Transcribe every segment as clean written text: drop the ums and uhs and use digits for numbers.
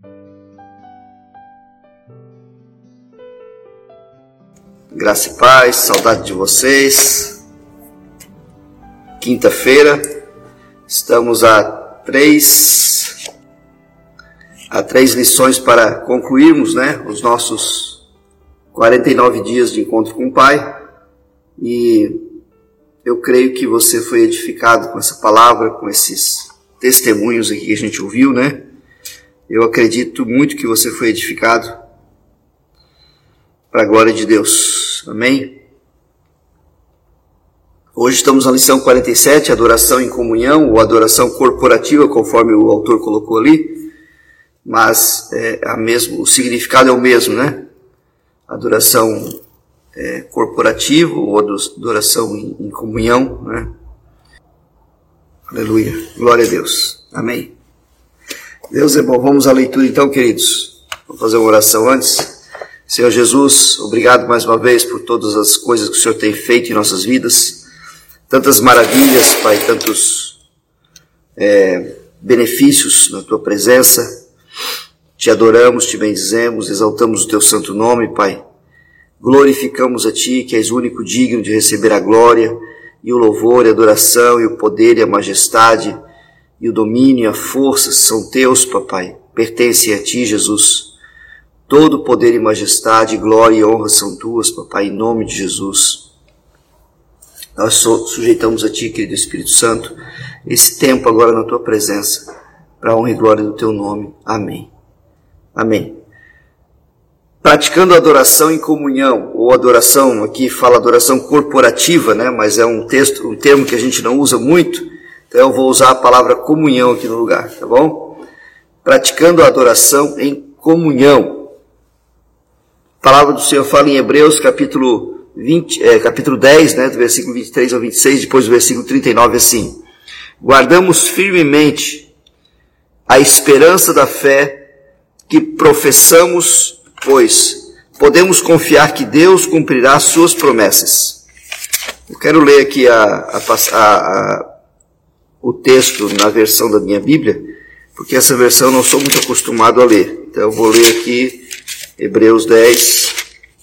Graça e paz, saudade de vocês. Quinta-feira, estamos a três lições para concluirmos, os nossos 49 dias de encontro com o Pai. E eu creio que você foi edificado com essa palavra, com esses testemunhos aqui que a gente ouviu, Eu acredito muito que você foi edificado para a glória de Deus. Amém? Hoje estamos na lição 47, adoração em comunhão, ou adoração corporativa, conforme o autor colocou ali, mas o significado é o mesmo, Adoração corporativa, ou adoração em comunhão, Aleluia, glória a Deus, amém. Deus é bom. Vamos à leitura então, queridos. Vamos fazer uma oração antes. Senhor Jesus, obrigado mais uma vez por todas as coisas que o Senhor tem feito em nossas vidas, tantas maravilhas, Pai, tantos benefícios na Tua presença. Te adoramos, te bendizemos, exaltamos o Teu santo nome, Pai. Glorificamos a Ti, que és o único digno de receber a glória e o louvor, e a adoração, e o poder, e a majestade, e o domínio, e a força são Teus, Papai. Pertencem a Ti, Jesus. Todo poder e majestade, glória e honra são Tuas, Papai, em nome de Jesus. Nós sujeitamos a Ti, querido Espírito Santo, esse tempo agora na Tua presença, para a honra e glória do Teu nome. Amém. Amém. Praticando a adoração em comunhão, ou adoração, aqui fala adoração corporativa, mas é um termo que a gente não usa muito, então eu vou usar a palavra comunhão aqui no lugar, tá bom? Praticando a adoração em comunhão. A palavra do Senhor fala em Hebreus capítulo 10, do versículo 23 ao 26, depois do versículo 39, assim: guardamos firmemente a esperança da fé que professamos, pois podemos confiar que Deus cumprirá as suas promessas. Eu quero ler aqui o texto na versão da minha Bíblia, porque essa versão eu não sou muito acostumado a ler. Então eu vou ler aqui Hebreus 10,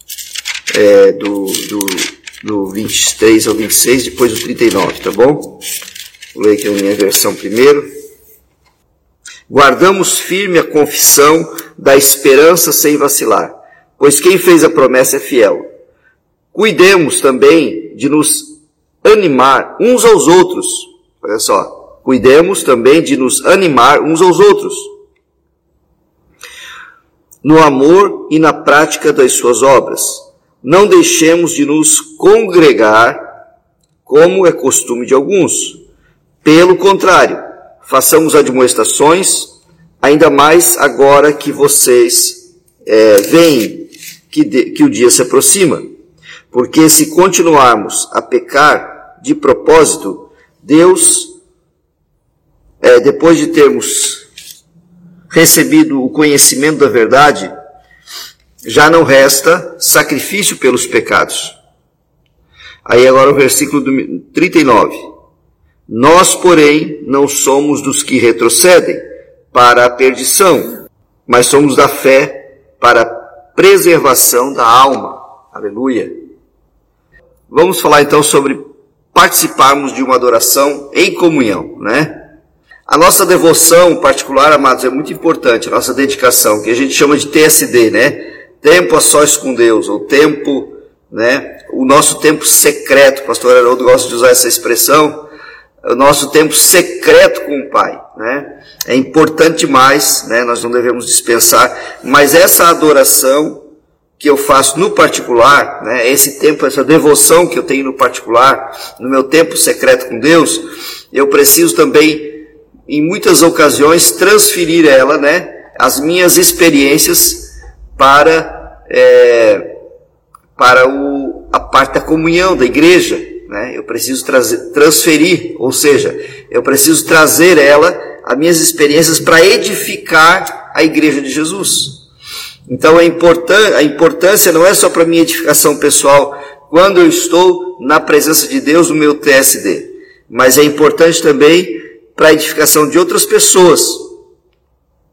do 23 ao 26, depois do 39, tá bom? Vou ler aqui a minha versão primeiro. Guardamos firme a confissão da esperança sem vacilar, pois quem fez a promessa é fiel. Cuidemos também de nos animar uns aos outros. Olha só, cuidemos também de nos animar uns aos outros, no amor e na prática das suas obras. Não deixemos de nos congregar, como é costume de alguns. Pelo contrário, façamos admoestações, ainda mais agora que vocês veem que o dia se aproxima. Porque se continuarmos a pecar de propósito, Deus, depois de termos recebido o conhecimento da verdade, já não resta sacrifício pelos pecados. Aí agora o versículo 39. Nós, porém, não somos dos que retrocedem para a perdição, mas somos da fé para a preservação da alma. Aleluia. Vamos falar então sobre participarmos de uma adoração em comunhão, A nossa devoção particular, amados, é muito importante, a nossa dedicação, que a gente chama de TSD, Tempo a sós com Deus, ou tempo, o nosso tempo secreto, o pastor Haroldo gosta de usar essa expressão, o nosso tempo secreto com o Pai, É importante demais, Nós não devemos dispensar, mas essa adoração que eu faço no particular, esse tempo, essa devoção que eu tenho no particular, no meu tempo secreto com Deus, eu preciso também, em muitas ocasiões, transferir ela, as minhas experiências para a parte da comunhão, da igreja, Eu preciso transferir, ou seja, eu preciso trazer as minhas experiências para edificar a igreja de Jesus. Então a importância não é só para minha edificação pessoal, quando eu estou na presença de Deus no meu TSD, mas é importante também para a edificação de outras pessoas.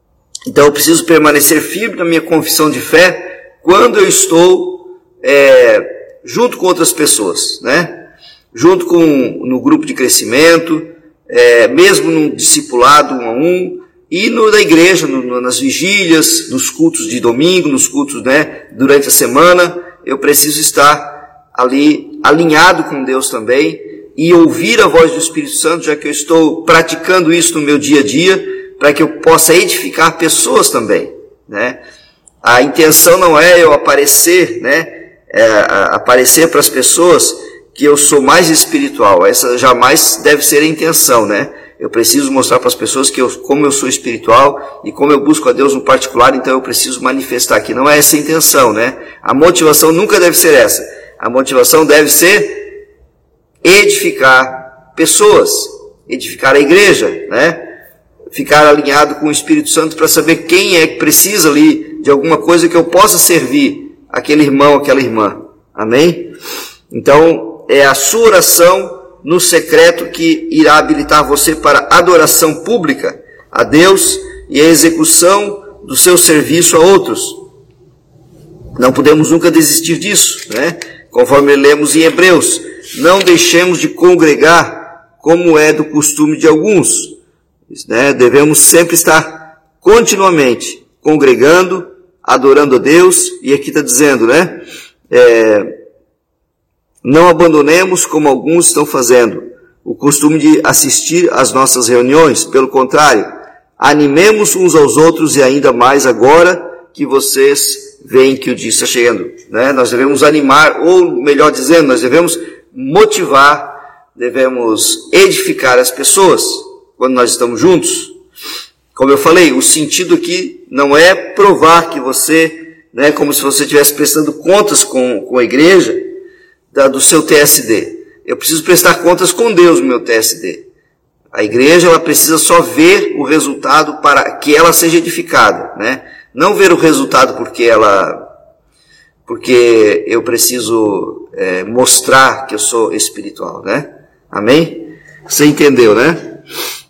Então eu preciso permanecer firme na minha confissão de fé quando eu estou junto com outras pessoas, né? Junto no grupo de crescimento, mesmo no discipulado 1 a 1, e na igreja, nas vigílias, nos cultos de domingo, nos cultos, né, durante a semana. Eu preciso estar ali alinhado com Deus também e ouvir a voz do Espírito Santo, já que eu estou praticando isso no meu dia a dia, para que eu possa edificar pessoas também, né? A intenção não é eu aparecer, né, aparecer para as pessoas que eu sou mais espiritual. Essa jamais deve ser a intenção, né? Eu preciso mostrar para as pessoas como eu sou espiritual e como eu busco a Deus no particular, então eu preciso manifestar aqui. Não é essa a intenção, né? A motivação nunca deve ser essa. A motivação deve ser edificar pessoas, edificar a igreja, né? Ficar alinhado com o Espírito Santo para saber quem é que precisa ali de alguma coisa que eu possa servir aquele irmão, aquela irmã. Amém? Então, é a sua oração no secreto que irá habilitar você para adoração pública a Deus e a execução do seu serviço a outros. Não podemos nunca desistir disso, né? Conforme lemos em Hebreus, não deixemos de congregar como é do costume de alguns, né? Devemos sempre estar continuamente congregando, adorando a Deus, e aqui está dizendo, né? Não abandonemos, como alguns estão fazendo, o costume de assistir às nossas reuniões. Pelo contrário, animemos uns aos outros, e ainda mais agora que vocês veem que o dia está chegando, né? Nós devemos animar, ou melhor dizendo, nós devemos motivar, devemos edificar as pessoas quando nós estamos juntos. Como eu falei, o sentido aqui não é provar que você, né, como se você estivesse prestando contas com a igreja, do seu TSD. Eu preciso prestar contas com Deus no meu TSD. A igreja, ela precisa só ver o resultado para que ela seja edificada, né? Não ver o resultado porque eu preciso mostrar que eu sou espiritual, né? Amém? Você entendeu, né?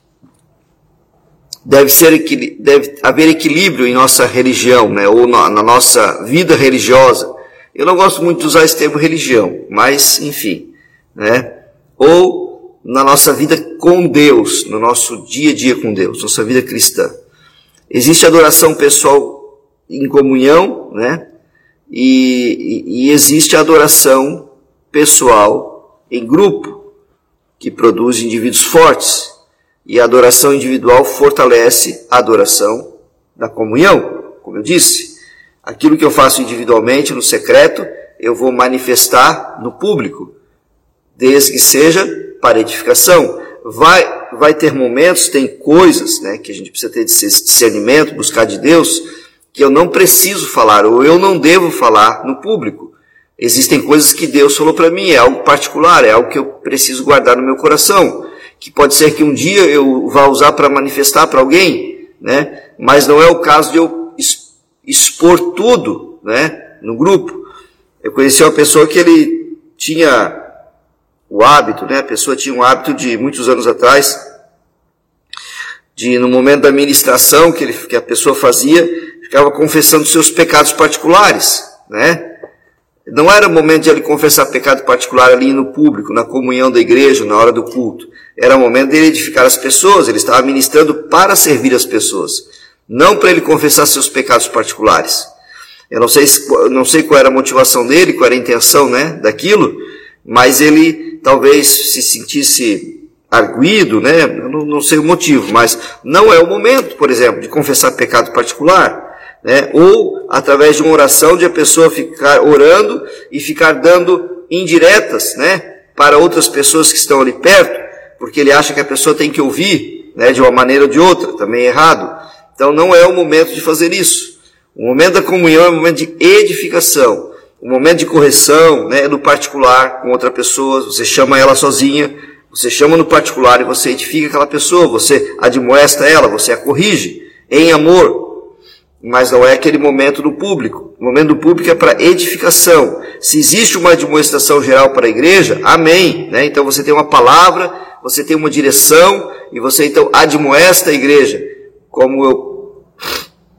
Deve haver equilíbrio em nossa religião, né? Ou na nossa vida religiosa. Eu não gosto muito de usar esse termo religião, mas, enfim, né? Ou na nossa vida com Deus, no nosso dia a dia com Deus, nossa vida cristã. Existe adoração pessoal em comunhão, né? E existe adoração pessoal em grupo, que produz indivíduos fortes. E a adoração individual fortalece a adoração da comunhão, como eu disse. Aquilo que eu faço individualmente, no secreto, eu vou manifestar no público, desde que seja para edificação. Vai ter momentos, tem coisas, né, que a gente precisa ter discernimento, buscar de Deus, que eu não preciso falar, ou eu não devo falar no público. Existem coisas que Deus falou para mim, é algo particular, é algo que eu preciso guardar no meu coração, que pode ser que um dia eu vá usar para manifestar para alguém, né, mas não é o caso de eu expor tudo, né, no grupo. Eu conheci uma pessoa que ele tinha o hábito, né, a pessoa tinha um hábito de, muitos anos atrás, de no momento da ministração que a pessoa fazia, ficava confessando seus pecados particulares, né. Não era o momento de ele confessar pecado particular ali no público, na comunhão da igreja, na hora do culto. Era o momento dele edificar as pessoas, ele estava ministrando para servir as pessoas. Não para ele confessar seus pecados particulares. Eu não sei qual era a motivação dele, qual era a intenção, né, daquilo, mas ele talvez se sentisse arguido, né, eu não sei o motivo, mas não é o momento, por exemplo, de confessar pecado particular, né, ou através de uma oração de a pessoa ficar orando e ficar dando indiretas, né, para outras pessoas que estão ali perto, porque ele acha que a pessoa tem que ouvir, né, de uma maneira ou de outra, também é errado. Então não é o momento de fazer isso. O momento da comunhão é o momento de edificação. O momento de correção, né, é no particular com outra pessoa. Você chama ela sozinha, você chama no particular e você edifica aquela pessoa. Você admoesta ela, você a corrige em amor. Mas não é aquele momento do público. O momento do público é para edificação. Se existe uma admoestação geral para a igreja, amém, né? Então você tem uma palavra, você tem uma direção e você então admoesta a igreja. Como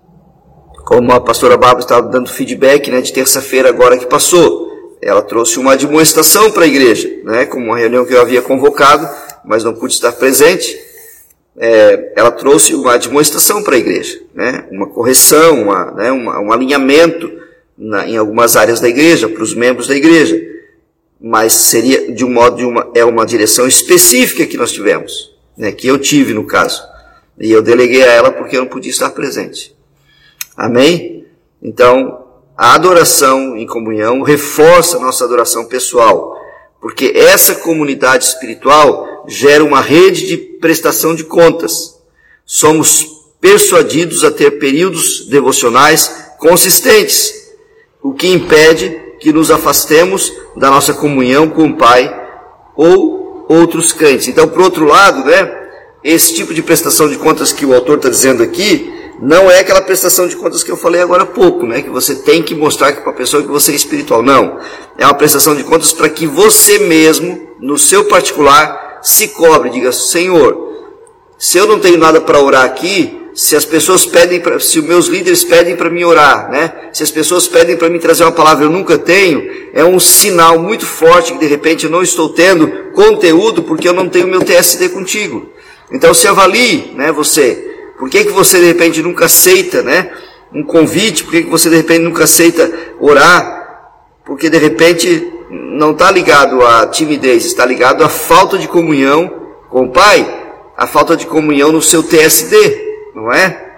Como a pastora Bárbara estava dando feedback, né, de terça-feira agora que passou, ela trouxe uma admoestação para a igreja, né, como uma reunião que eu havia convocado, mas não pude estar presente. Ela trouxe uma admoestação para a igreja, né, uma correção, um alinhamento em algumas áreas da igreja, para os membros da igreja, mas seria uma direção específica que nós tivemos, né, que eu tive no caso, e eu deleguei a ela porque eu não podia estar presente. Amém? Então, a adoração em comunhão reforça a nossa adoração pessoal, porque essa comunidade espiritual gera uma rede de prestação de contas. Somos persuadidos a ter períodos devocionais consistentes, o que impede que nos afastemos da nossa comunhão com o Pai ou outros crentes. Então, por outro lado, né, esse tipo de prestação de contas que o autor está dizendo aqui, não é aquela prestação de contas que eu falei agora há pouco, né, que você tem que mostrar para a pessoa que você é espiritual. Não, é uma prestação de contas para que você mesmo, no seu particular, se cobre. Diga: Senhor, se eu não tenho nada para orar aqui, se as pessoas pedem, se os meus líderes pedem para mim orar, né, se as pessoas pedem para mim trazer uma palavra e eu nunca tenho, é um sinal muito forte que de repente eu não estou tendo conteúdo porque eu não tenho meu TSD contigo. Então se avalie, né, você. Por que você de repente nunca aceita, né, um convite? Por que você de repente nunca aceita orar? Porque de repente não está ligado à timidez, está ligado à falta de comunhão com o Pai, a falta de comunhão no seu TSD, não é?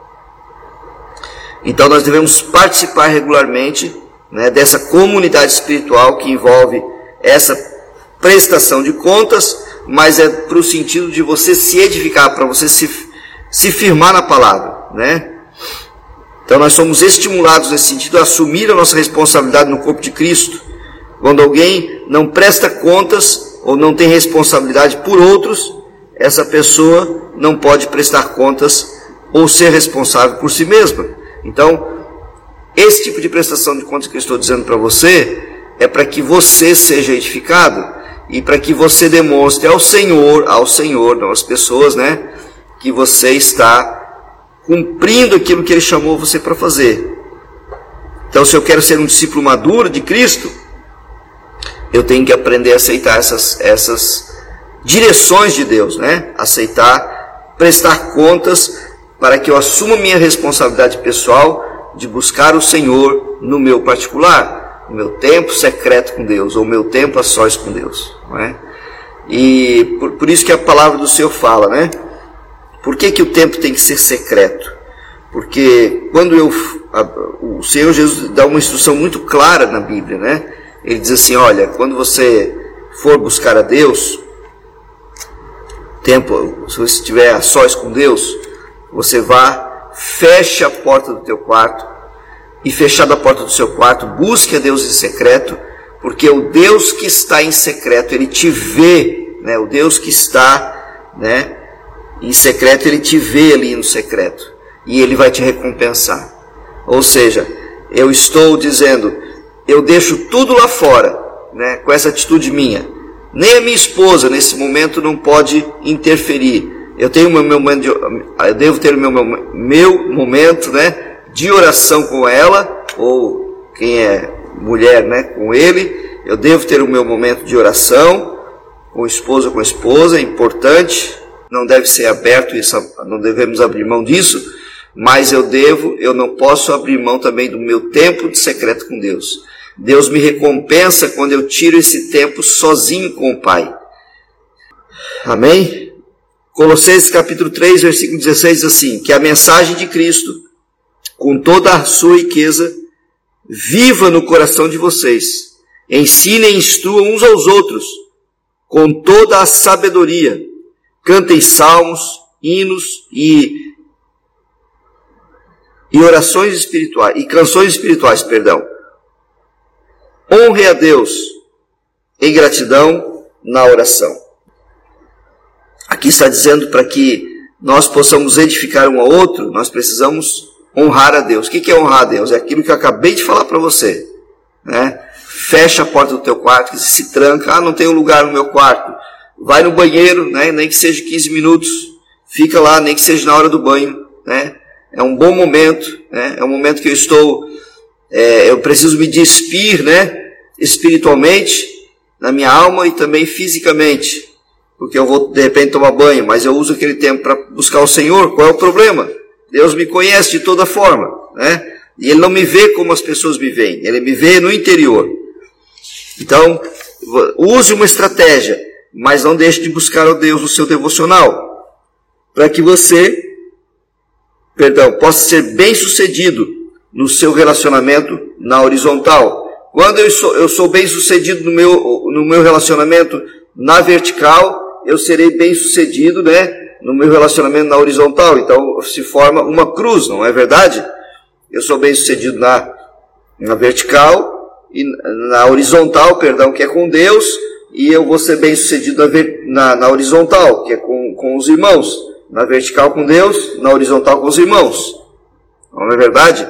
Então nós devemos participar regularmente, né, dessa comunidade espiritual que envolve essa prestação de contas, mas é para o sentido de você se edificar, para você se firmar na palavra, né? Então nós somos estimulados nesse sentido a assumir a nossa responsabilidade no corpo de Cristo. Quando alguém não presta contas ou não tem responsabilidade por outros, essa pessoa não pode prestar contas ou ser responsável por si mesma. Então, esse tipo de prestação de contas que eu estou dizendo para você é para que você seja edificado e para que você demonstre ao Senhor, não às pessoas, né, que você está cumprindo aquilo que Ele chamou você para fazer. Então, se eu quero ser um discípulo maduro de Cristo, eu tenho que aprender a aceitar essas direções de Deus, né? Aceitar, prestar contas, para que eu assuma minha responsabilidade pessoal de buscar o Senhor no meu particular, no meu tempo secreto com Deus, ou meu tempo a sós com Deus, não é? E por isso que a palavra do Senhor fala, né? Por que o tempo tem que ser secreto? Porque quando o Senhor Jesus dá uma instrução muito clara na Bíblia, né? Ele diz assim: olha, quando você for buscar a Deus, se você estiver a sós com Deus, você vá, feche a porta do teu quarto, e fechada a porta do seu quarto, busque a Deus em secreto, porque o Deus que está em secreto, Ele te vê, né? O Deus que está, né, em secreto, Ele te vê ali no secreto, e Ele vai te recompensar. Ou seja, eu estou dizendo, eu deixo tudo lá fora, né, com essa atitude minha. Nem a minha esposa nesse momento não pode interferir. Eu devo ter o meu momento, né, de oração com ela, ou quem é mulher, né, com ele. Eu devo ter o meu momento de oração com o esposo ou com a esposa, é importante. Não deve ser aberto, não devemos abrir mão disso, mas eu não posso abrir mão também do meu tempo de secreto com Deus. Deus me recompensa quando eu tiro esse tempo sozinho com o Pai. Amém? Colossenses capítulo 3, versículo 16 diz assim: que a mensagem de Cristo, com toda a sua riqueza, viva no coração de vocês. Ensinem e instruam uns aos outros, com toda a sabedoria. Cantem salmos, hinos e orações espirituais, e canções espirituais, Honre a Deus em gratidão na oração. Aqui está dizendo para que nós possamos edificar um ao outro, nós precisamos honrar a Deus. O que é honrar a Deus? É aquilo que eu acabei de falar para você, né? Fecha a porta do teu quarto, que se tranca, não tem um lugar no meu quarto. Vai no banheiro, né? Nem que seja 15 minutos, fica lá, nem que seja na hora do banho, né? é um bom momento, né? É um momento que eu preciso me despir, né? Espiritualmente, na minha alma e também fisicamente, porque eu vou de repente tomar banho, mas eu uso aquele tempo para buscar o Senhor. Qual é o problema? Deus me conhece de toda forma, né? E Ele não me vê como as pessoas me veem, Ele me vê no interior. Então, use uma estratégia, mas não deixe de buscar a Deus no seu devocional, para que você, possa ser bem sucedido no seu relacionamento na horizontal. Quando eu sou bem sucedido no meu relacionamento na vertical, eu serei bem sucedido, né, no meu relacionamento na horizontal. Então se forma uma cruz, não é verdade? Eu sou bem sucedido na vertical e na horizontal, que é com Deus, e eu vou ser bem sucedido na horizontal, que é com os irmãos. Na vertical com Deus, na horizontal com os irmãos. Não é verdade?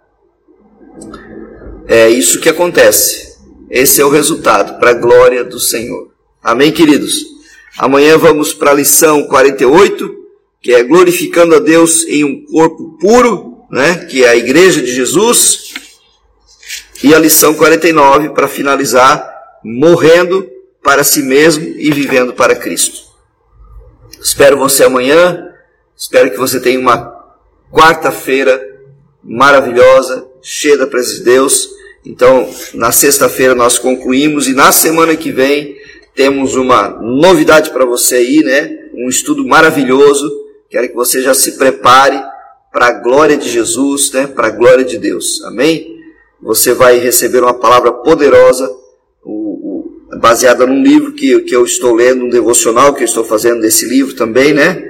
É isso que acontece. Esse é o resultado, para a glória do Senhor. Amém, queridos? Amanhã vamos para a lição 48, que é glorificando a Deus em um corpo puro, né? Que é a igreja de Jesus. E a lição 49, para finalizar, morrendo para si mesmo e vivendo para Cristo. Espero você amanhã. Espero que você tenha uma quarta-feira maravilhosa, cheia da presença de Deus. Então, na sexta-feira nós concluímos e na semana que vem temos uma novidade para você aí, né? Um estudo maravilhoso. Quero que você já se prepare para a glória de Jesus, né? Para a glória de Deus. Amém? Você vai receber uma palavra poderosa, baseada num livro que eu estou lendo, um devocional que eu estou fazendo desse livro também, né?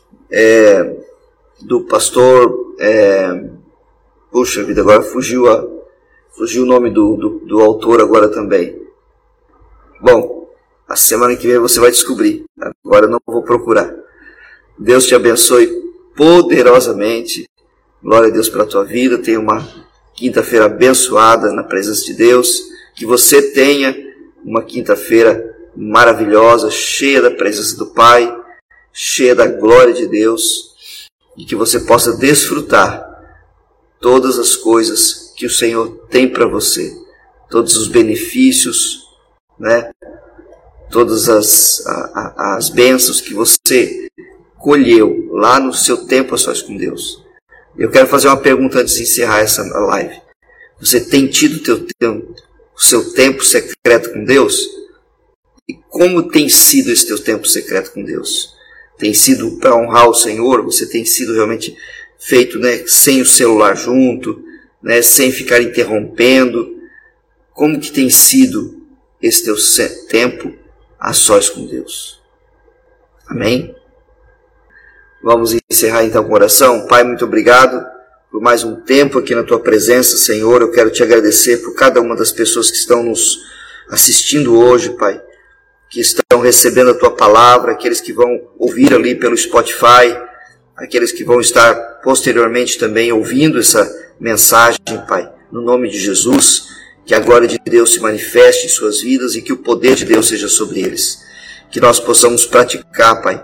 Do pastor... puxa vida, agora fugiu o nome do autor agora também. Bom, a semana que vem você vai descobrir. Agora eu não vou procurar. Deus te abençoe poderosamente. Glória a Deus pela tua vida. Tenha uma quinta-feira abençoada na presença de Deus. Que você tenha uma quinta-feira maravilhosa, cheia da presença do Pai, cheia da glória de Deus. E que você possa desfrutar todas as coisas que o Senhor tem para você, todos os benefícios, né? Todas as bênçãos que você colheu lá no seu tempo a sós com Deus. Eu quero fazer uma pergunta antes de encerrar essa live. Você tem tido o seu tempo secreto com Deus? E como tem sido esse teu tempo secreto com Deus? Tem sido para honrar o Senhor? Você tem sido realmente feito, né, sem o celular junto, né, sem ficar interrompendo? Como que tem sido esse teu tempo a sós com Deus? Amém? Vamos encerrar então com oração. Pai, muito obrigado por mais um tempo aqui na tua presença, Senhor. Eu quero te agradecer por cada uma das pessoas que estão nos assistindo hoje, Pai, que estão recebendo a tua palavra, aqueles que vão ouvir ali pelo Spotify, aqueles que vão estar posteriormente também ouvindo essa mensagem, Pai, no nome de Jesus, que a glória de Deus se manifeste em suas vidas e que o poder de Deus seja sobre eles. Que nós possamos praticar, Pai,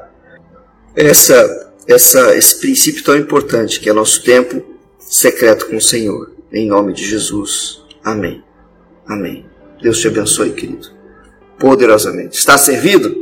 esse princípio tão importante, que é nosso tempo secreto com o Senhor. Em nome de Jesus. Amém. Amém. Deus te abençoe, querido, poderosamente. Está servido?